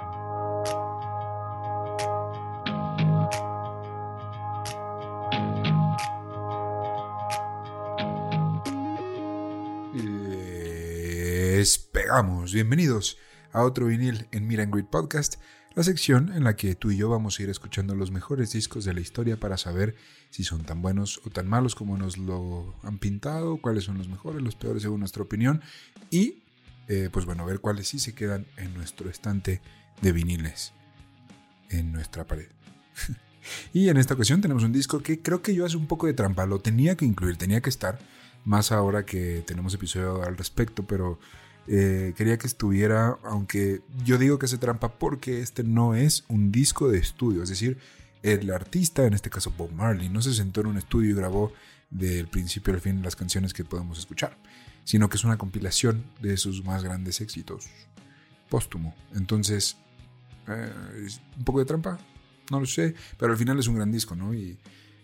Despegamos. Bienvenidos a otro vinil en Meet and Greet Podcast, la sección en la que tú y yo vamos a ir escuchando los mejores discos de la historia para saber si son tan buenos o tan malos como nos lo han pintado, cuáles son los mejores, los peores según nuestra opinión y ver cuáles sí se quedan en nuestro estante de viniles, en nuestra pared. Y en esta ocasión tenemos un disco que creo que yo hace un poco de trampa, lo tenía que incluir, tenía que estar, más ahora que tenemos episodio al respecto, pero quería que estuviera, aunque yo digo que hace trampa porque este no es un disco de estudio, es decir, el artista, en este caso Bob Marley, no se sentó en un estudio y grabó del principio al fin las canciones que podemos escuchar, sino que es una compilación de sus más grandes éxitos, póstumo. Entonces, ¿es un poco de trampa? No lo sé, pero al final es un gran disco, ¿no? Y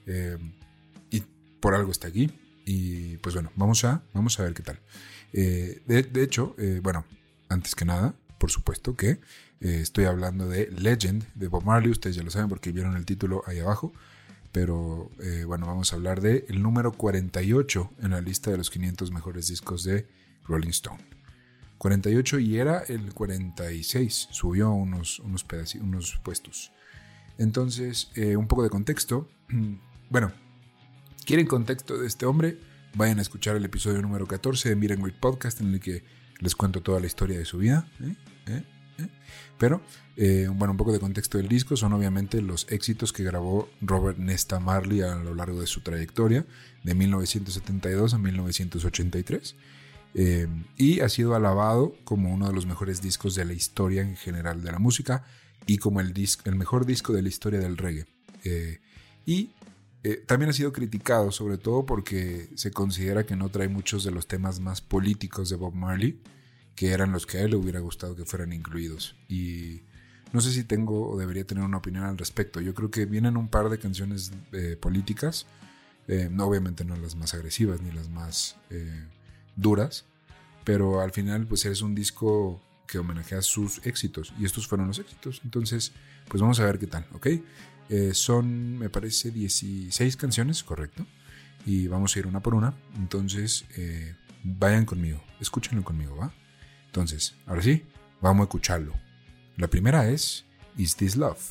por algo está aquí. Y pues bueno, vamos a ver qué tal. De hecho, antes que nada, por supuesto que estoy hablando de Legend de Bob Marley. Ustedes ya lo saben porque vieron el título ahí abajo. Pero vamos a hablar de el número 48 en la lista de los 500 mejores discos de Rolling Stone. 48 y era el 46. Subió unos puestos. Entonces, un poco de contexto. ¿Quieren contexto de este hombre? Vayan a escuchar el episodio número 14 de Meet and Greet Podcast, en el que les cuento toda la historia de su vida. Pero, un poco de contexto del disco son obviamente los éxitos que grabó Robert Nesta Marley a lo largo de su trayectoria, de 1972 a 1983. Y ha sido alabado como uno de los mejores discos de la historia en general de la música y como el mejor disco de la historia del reggae. También ha sido criticado, sobre todo porque se considera que no trae muchos de los temas más políticos de Bob Marley, que eran los que a él le hubiera gustado que fueran incluidos. Y no sé si tengo o debería tener una opinión al respecto. Yo creo que vienen un par de canciones políticas, obviamente no las más agresivas ni las más duras, pero al final pues es un disco que homenajea sus éxitos, y estos fueron los éxitos. Entonces, pues vamos a ver qué tal, ¿ok? Son, me parece, 16 canciones, correcto, y vamos a ir una por una. Entonces, vayan conmigo, escúchenlo conmigo, ¿va? Entonces, ahora sí, vamos a escucharlo. La primera es Is This Love.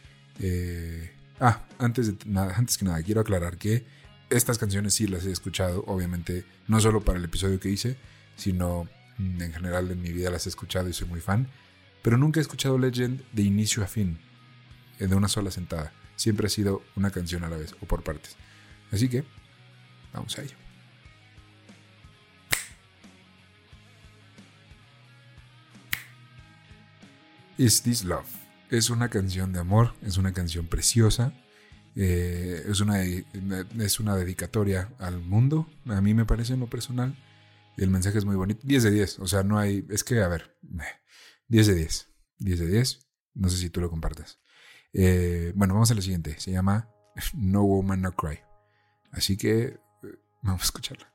Antes que nada, quiero aclarar que estas canciones sí las he escuchado, obviamente, no solo para el episodio que hice, sino en general en mi vida las he escuchado y soy muy fan, pero nunca he escuchado Legend de inicio a fin, de una sola sentada. Siempre ha sido una canción a la vez o por partes. Así que vamos a ello. Is This Love es una canción de amor, es una canción preciosa, es una dedicatoria al mundo, a mí me parece en lo personal. El mensaje es muy bonito. 10 de 10. O sea, no hay... Es que, 10 de 10. 10 de 10. No sé si tú lo compartas. Vamos a la siguiente. Se llama No Woman No Cry. Así que vamos a escucharla.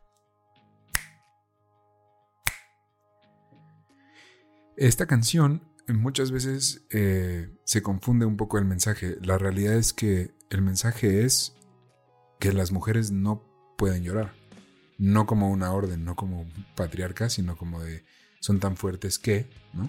Esta canción muchas veces se confunde un poco el mensaje. La realidad es que el mensaje es que las mujeres no pueden llorar. No como una orden, no como patriarcas, sino como de son tan fuertes que, ¿no?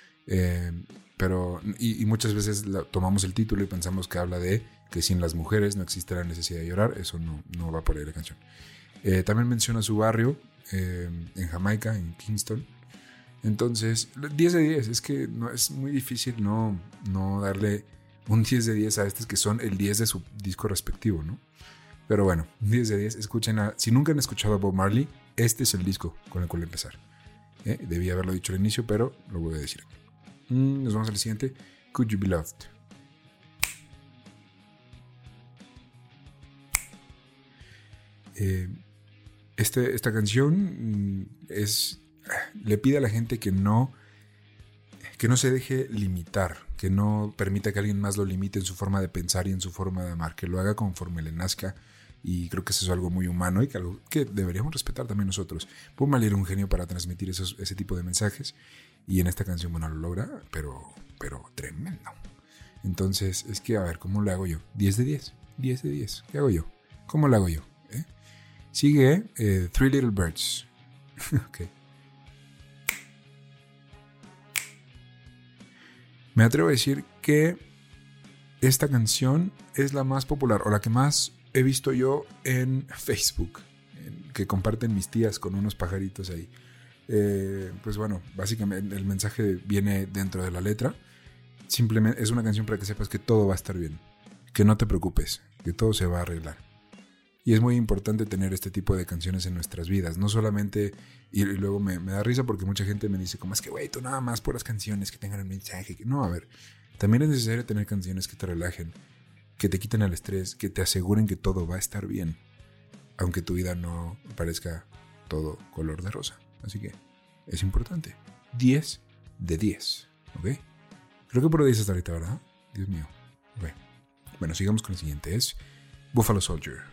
Pero muchas veces tomamos el título y pensamos que habla de que sin las mujeres no existe la necesidad de llorar. Eso no va por ahí la canción. También menciona su barrio en Jamaica, en Kingston. Entonces, 10 de 10. Es que no, es muy difícil no darle un 10 de 10 a estos que son el 10 de su disco respectivo, ¿no? Pero bueno, 10 de 10, escúchenla. Si nunca han escuchado a Bob Marley, este es el disco con el cual empezar. Debí haberlo dicho al inicio, pero lo voy a decir aquí. Nos vamos al siguiente. Could You Be Loved. Esta canción le pide a la gente que no se deje limitar, que no permita que alguien más lo limite en su forma de pensar y en su forma de amar, que lo haga conforme le nazca. Y creo que eso es algo muy humano y que algo que deberíamos respetar también nosotros. Bob Marley era un genio para transmitir ese tipo de mensajes, y en esta canción, bueno, lo logra, pero pero tremendo. Entonces, es que, a ver, ¿cómo le hago yo? 10 de 10. 10 de 10. ¿Qué hago yo? ¿Cómo lo hago yo? Sigue Three Little Birds. Ok. Me atrevo a decir que esta canción es la más popular o la que más he visto yo en Facebook, que comparten mis tías con unos pajaritos ahí. Pues bueno, básicamente el mensaje viene dentro de la letra. Simplemente es una canción para que sepas que todo va a estar bien, que no te preocupes, que todo se va a arreglar. Y es muy importante tener este tipo de canciones en nuestras vidas. No solamente, y luego me da risa porque mucha gente me dice, como es que, güey, tú nada más puras canciones que tengan un mensaje. No, a ver, también es necesario tener canciones que te relajen, que te quiten el estrés, que te aseguren que todo va a estar bien, aunque tu vida no parezca todo color de rosa. Así que es importante. 10 de 10, ¿ok? Creo que por 10 hasta ahorita, ¿verdad? Dios mío. Ok. Bueno, sigamos con el siguiente. Es Buffalo Soldier.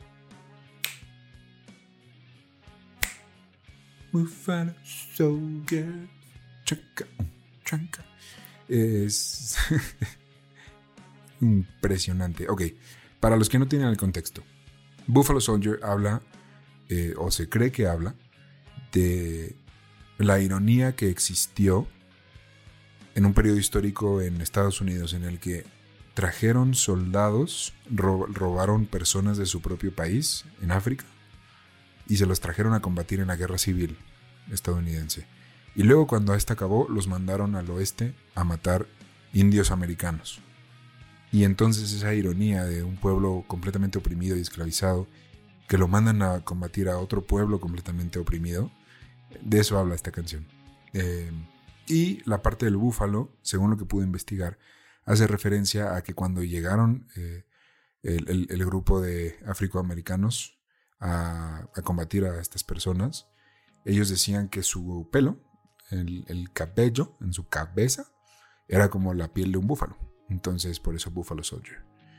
Buffalo Soldier. Chanca, chanca. Es impresionante. Ok, para los que no tienen el contexto, Buffalo Soldier habla, o se cree que habla, de la ironía que existió en un periodo histórico en Estados Unidos en el que trajeron soldados, robaron personas de su propio país en África y se los trajeron a combatir en la guerra civil estadounidense. Y luego cuando esta acabó, los mandaron al oeste a matar indios americanos. Y entonces esa ironía de un pueblo completamente oprimido y esclavizado, que lo mandan a combatir a otro pueblo completamente oprimido, de eso habla esta canción. Y la parte del búfalo, según lo que pude investigar, hace referencia a que cuando llegaron el grupo de afroamericanos a combatir a estas personas, ellos decían que su pelo, el cabello en su cabeza, era como la piel de un búfalo. Entonces, por eso Buffalo Soldier.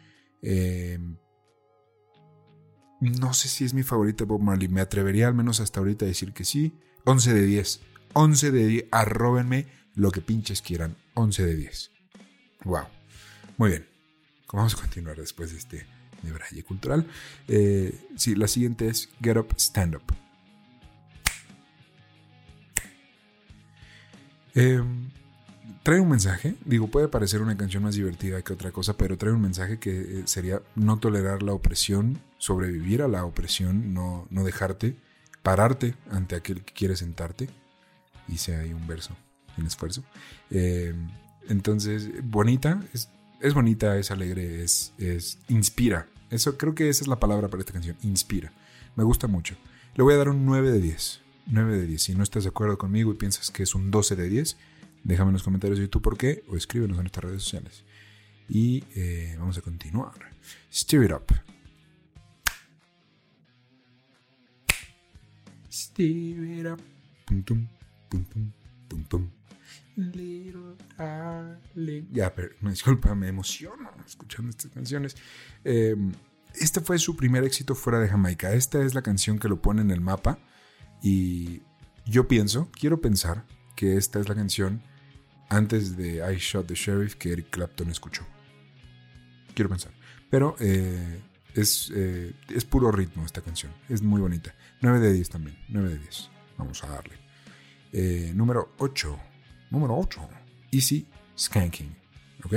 No sé si es mi favorita Bob Marley. Me atrevería al menos hasta ahorita a decir que sí. 11 de 10. 11 de 10. Arróbenme lo que pinches quieran. 11 de 10. Wow. Muy bien. Vamos a continuar después de este debraye cultural. Sí, la siguiente es Get Up, Stand Up. Trae un mensaje, digo, puede parecer una canción más divertida que otra cosa, pero trae un mensaje que sería no tolerar la opresión, sobrevivir a la opresión, no dejarte, pararte ante aquel que quiere sentarte. Hice ahí un verso en esfuerzo. Entonces, bonita, es bonita, es alegre, es inspira. Eso, creo que esa es la palabra para esta canción, inspira. Me gusta mucho. Le voy a dar un 9 de 10. 9 de 10. Si no estás de acuerdo conmigo y piensas que es un 12 de 10, déjame en los comentarios de YouTube por qué o escríbenos en nuestras redes sociales. Y vamos a continuar. Stir It Up. Stir It Up. Pum, tum, pum, tum, pum, tum. Little darling. Ya, pero disculpa, me emociono escuchando estas canciones. Este fue su primer éxito fuera de Jamaica. Esta es la canción que lo pone en el mapa. Y yo quiero pensar que esta es la canción antes de I Shot the Sheriff que Eric Clapton escuchó. Quiero pensar. Pero es puro ritmo esta canción. Es muy bonita. 9 de 10 también. 9 de 10. Vamos a darle. Número 8. Easy Skanking. ¿Ok?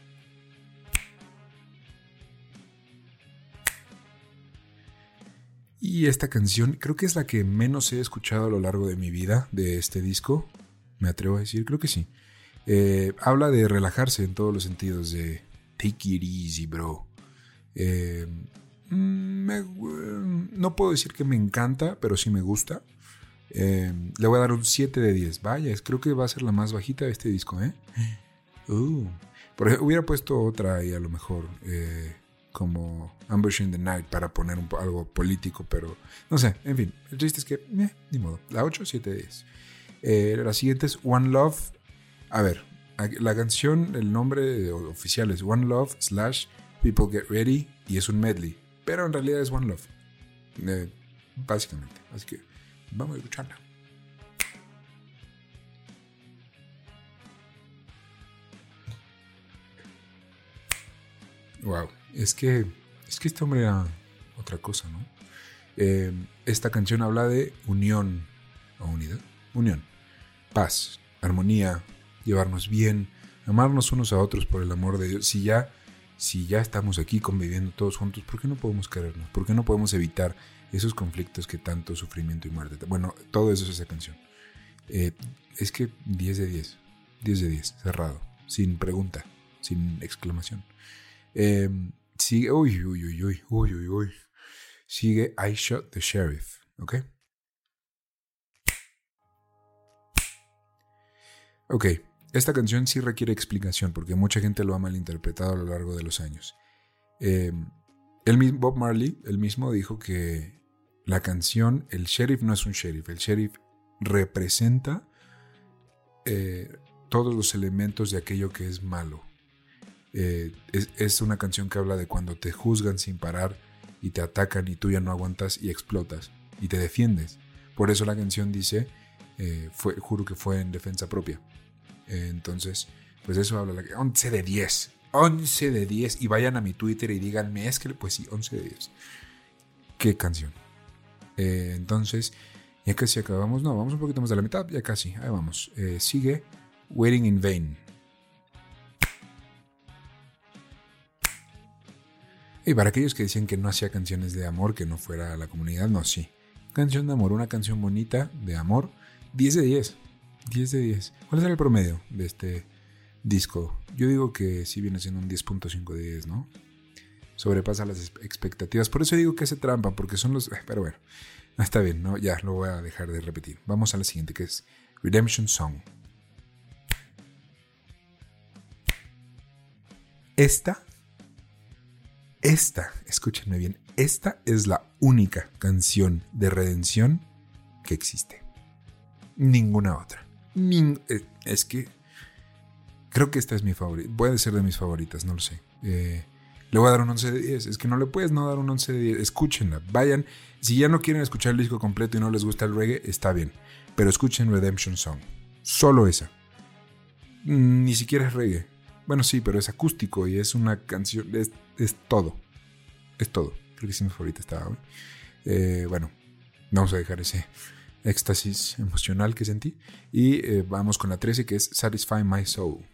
Y esta canción creo que es la que menos he escuchado a lo largo de mi vida de este disco. Me atrevo a decir, creo que sí. Habla de relajarse en todos los sentidos, de take it easy, bro. No puedo decir que me encanta, pero sí me gusta. Le voy a dar un 7 de 10. Vaya, creo que va a ser la más bajita de este disco, Por ejemplo, hubiera puesto otra ahí a lo mejor, como Ambush in the Night para poner algo político, pero no sé, en fin, el chiste es que, ni modo. La 8, 7 de 10. La siguiente es One Love. A ver, la canción, el nombre oficial es One Love / People Get Ready y es un medley, pero en realidad es One Love, básicamente. Así que vamos a escucharla. Wow. Es que este hombre era otra cosa, ¿no? Esta canción habla de unión o unidad. Unión, paz, armonía, llevarnos bien, amarnos unos a otros por el amor de Dios. Si ya estamos aquí conviviendo todos juntos, ¿por qué no podemos querernos? ¿Por qué no podemos evitar esos conflictos que tanto sufrimiento y muerte? Bueno, todo eso es esa canción. Es que 10 de 10. 10 de 10, cerrado, sin pregunta, sin exclamación. Sigue, uy. Sigue I Shot the Sheriff, ¿ok? Ok, esta canción sí requiere explicación porque mucha gente lo ha malinterpretado a lo largo de los años. Bob Marley, él mismo dijo que la canción, el sheriff no es un sheriff, el sheriff representa todos los elementos de aquello que es malo. Es una canción que habla de cuando te juzgan sin parar y te atacan y tú ya no aguantas y explotas y te defiendes. Por eso la canción dice, juro que fue en defensa propia. Entonces, pues eso habla. 11 de 10. 11 de 10. Y vayan a mi Twitter y díganme, es que pues sí, 11 de 10. ¿Qué canción? Entonces, ya casi acabamos. No, vamos un poquito más de la mitad. Ya casi, ahí vamos. Sigue Waiting in Vain. Y para aquellos que decían que no hacía canciones de amor, que no fuera a la comunidad, no, sí. Canción de amor, una canción bonita de amor. 10 de 10. 10 de 10. ¿Cuál será el promedio de este disco? Yo digo que sí viene siendo un 10.5 de 10, ¿no? Sobrepasa las expectativas. Por eso digo que hace trampa, porque son los... Pero bueno, está bien, ¿no? Ya lo voy a dejar de repetir. Vamos a la siguiente, que es Redemption Song. Esta, escúchenme bien, esta es la única canción de redención que existe. Ninguna otra. Es que creo que esta es mi favorita. Puede ser de mis favoritas, no lo sé. Le voy a dar un 11 de 10. Es que no le puedes no dar un 11 de 10. Escúchenla, vayan. Si ya no quieren escuchar el disco completo y no les gusta el reggae, está bien. Pero escuchen Redemption Song. Solo esa. Ni siquiera es reggae. Bueno, sí, pero es acústico y es una canción. Es todo. Es todo. Creo que sí mi favorita estaba hoy. Bueno, vamos a dejar ese éxtasis emocional que sentí. Y vamos con la 13, que es Satisfy My Soul.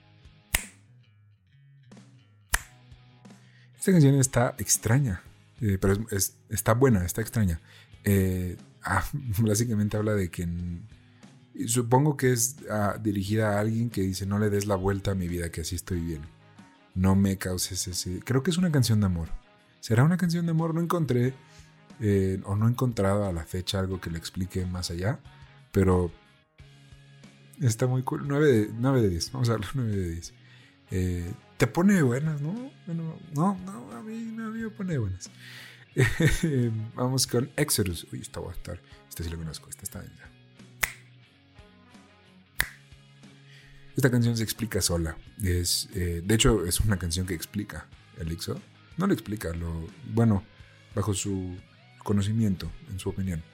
Esta canción está extraña, pero está buena, está extraña. Básicamente habla de que supongo que es dirigida a alguien que dice: no le des la vuelta a mi vida, que así estoy bien. No me causes ese... Creo que es una canción de amor. ¿Será una canción de amor? No encontré o no he encontrado a la fecha algo que le explique más allá, pero está muy cool. 9 de 10, vamos a darle 9 de 10. Te pone de buenas, ¿no? Bueno, no, a mí me pone de buenas. Vamos con Exodus. Uy, esta va a estar. Esta sí la conozco, esta está densa. Esta canción se explica sola. De hecho, es una canción que explica el éxodo. No lo explica, bueno, bajo su conocimiento, en su opinión.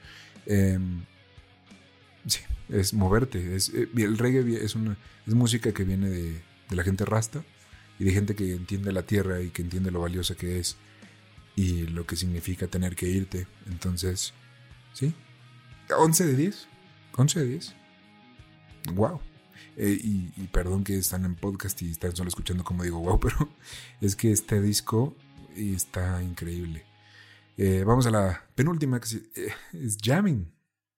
Sí, es moverte. El reggae es música que viene de la gente rasta y de gente que entiende la tierra y que entiende lo valiosa que es y lo que significa tener que irte. Entonces, sí, 11 de 10. 11 de 10. Wow. Y perdón que están en podcast y están solo escuchando como digo wow, pero es que este disco está increíble. Vamos a la penúltima, que es Jamming.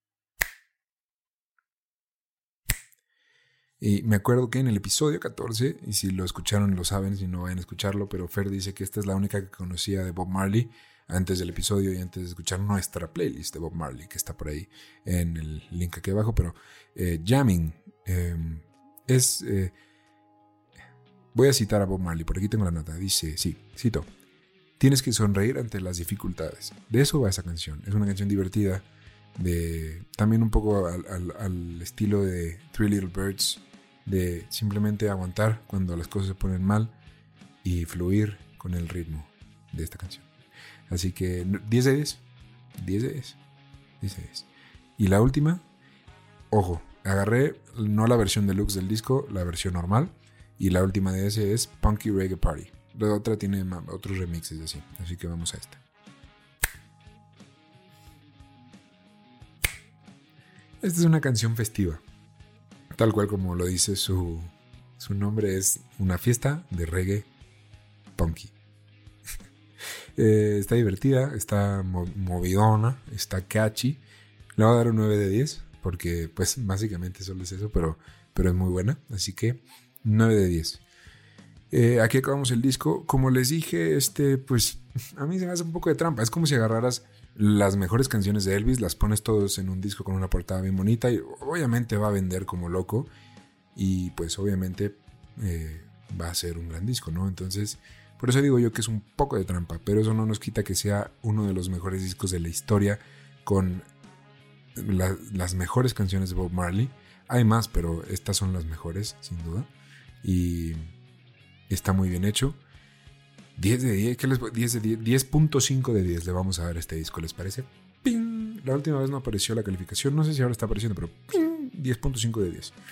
Y me acuerdo que en el episodio 14, y si lo escucharon lo saben, si no vayan a escucharlo, pero Fer dice que esta es la única que conocía de Bob Marley antes del episodio y antes de escuchar nuestra playlist de Bob Marley, que está por ahí en el link aquí abajo. Pero Jamming voy a citar a Bob Marley, por aquí tengo la nota. Dice, sí, cito: tienes que sonreír ante las dificultades. De eso va esa canción. Es una canción divertida, también un poco al estilo de Three Little Birds, de simplemente aguantar cuando las cosas se ponen mal y fluir con el ritmo de esta canción. Así que 10 de 10. 10 de 10. 10 de 10. Y la última, ojo, agarré no la versión deluxe del disco, la versión normal. Y la última de ese es Punky Reggae Party. La otra tiene otros remixes así. Así que vamos a esta. Esta es una canción festiva. Tal cual como lo dice su nombre, es una fiesta de reggae punky. Está divertida, está movidona, está catchy. Le voy a dar un 9 de 10 porque pues básicamente solo es eso, pero es muy buena. Así que 9 de 10. Aquí acabamos el disco. Como les dije, pues a mí se me hace un poco de trampa. Es como si agarraras las mejores canciones de Elvis, las pones todos en un disco con una portada bien bonita y obviamente va a vender como loco y pues obviamente va a ser un gran disco, ¿no? Entonces, por eso digo yo que es un poco de trampa, pero eso no nos quita que sea uno de los mejores discos de la historia con las mejores canciones de Bob Marley. Hay más, pero estas son las mejores, sin duda, y está muy bien hecho. 10 de 10, ¿qué les 10 de 10? 10.5 de 10 le vamos a dar a este disco, ¿les parece? ¡Ping! La última vez no apareció la calificación, no sé si ahora está apareciendo, pero ¡ping! 10.5 de 10.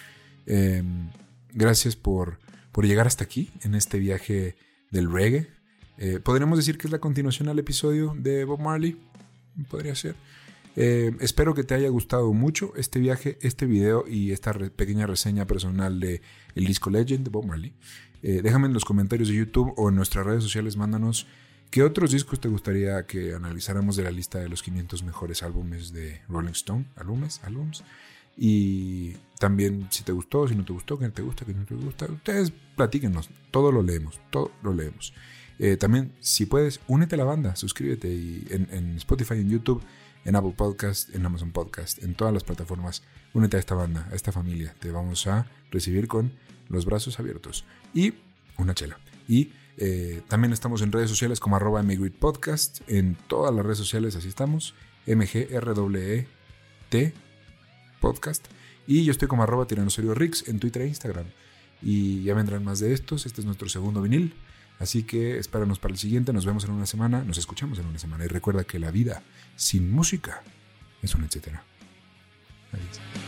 Gracias por llegar hasta aquí en este viaje del reggae. Podríamos decir que es la continuación al episodio de Bob Marley. Podría ser. Espero que te haya gustado mucho este viaje, este video y esta pequeña reseña personal de el disco Legend de Bob Marley. Déjame en los comentarios de YouTube o en nuestras redes sociales, mándanos qué otros discos te gustaría que analizáramos de la lista de los 500 mejores álbumes de Rolling Stone. Álbumes. Y también si te gustó, si no te gustó, qué te gusta, qué no te gusta. Ustedes platíquenos, todo lo leemos. También, si puedes, únete a la banda, suscríbete en Spotify, en YouTube, en Apple Podcast, en Amazon Podcast, en todas las plataformas. Únete a esta banda, a esta familia. Te vamos a recibir con los brazos abiertos y una chela. Y también estamos en redes sociales como @mgreetpodcast. En todas las redes sociales así estamos. MGRWET Podcast. Y yo estoy como @tiranosaurio_rix en Twitter e Instagram. Y ya vendrán más de estos. Este es nuestro segundo vinil. Así que espéranos para el siguiente. Nos vemos en una semana. Nos escuchamos en una semana. Y recuerda que la vida sin música es un etcétera. Adiós.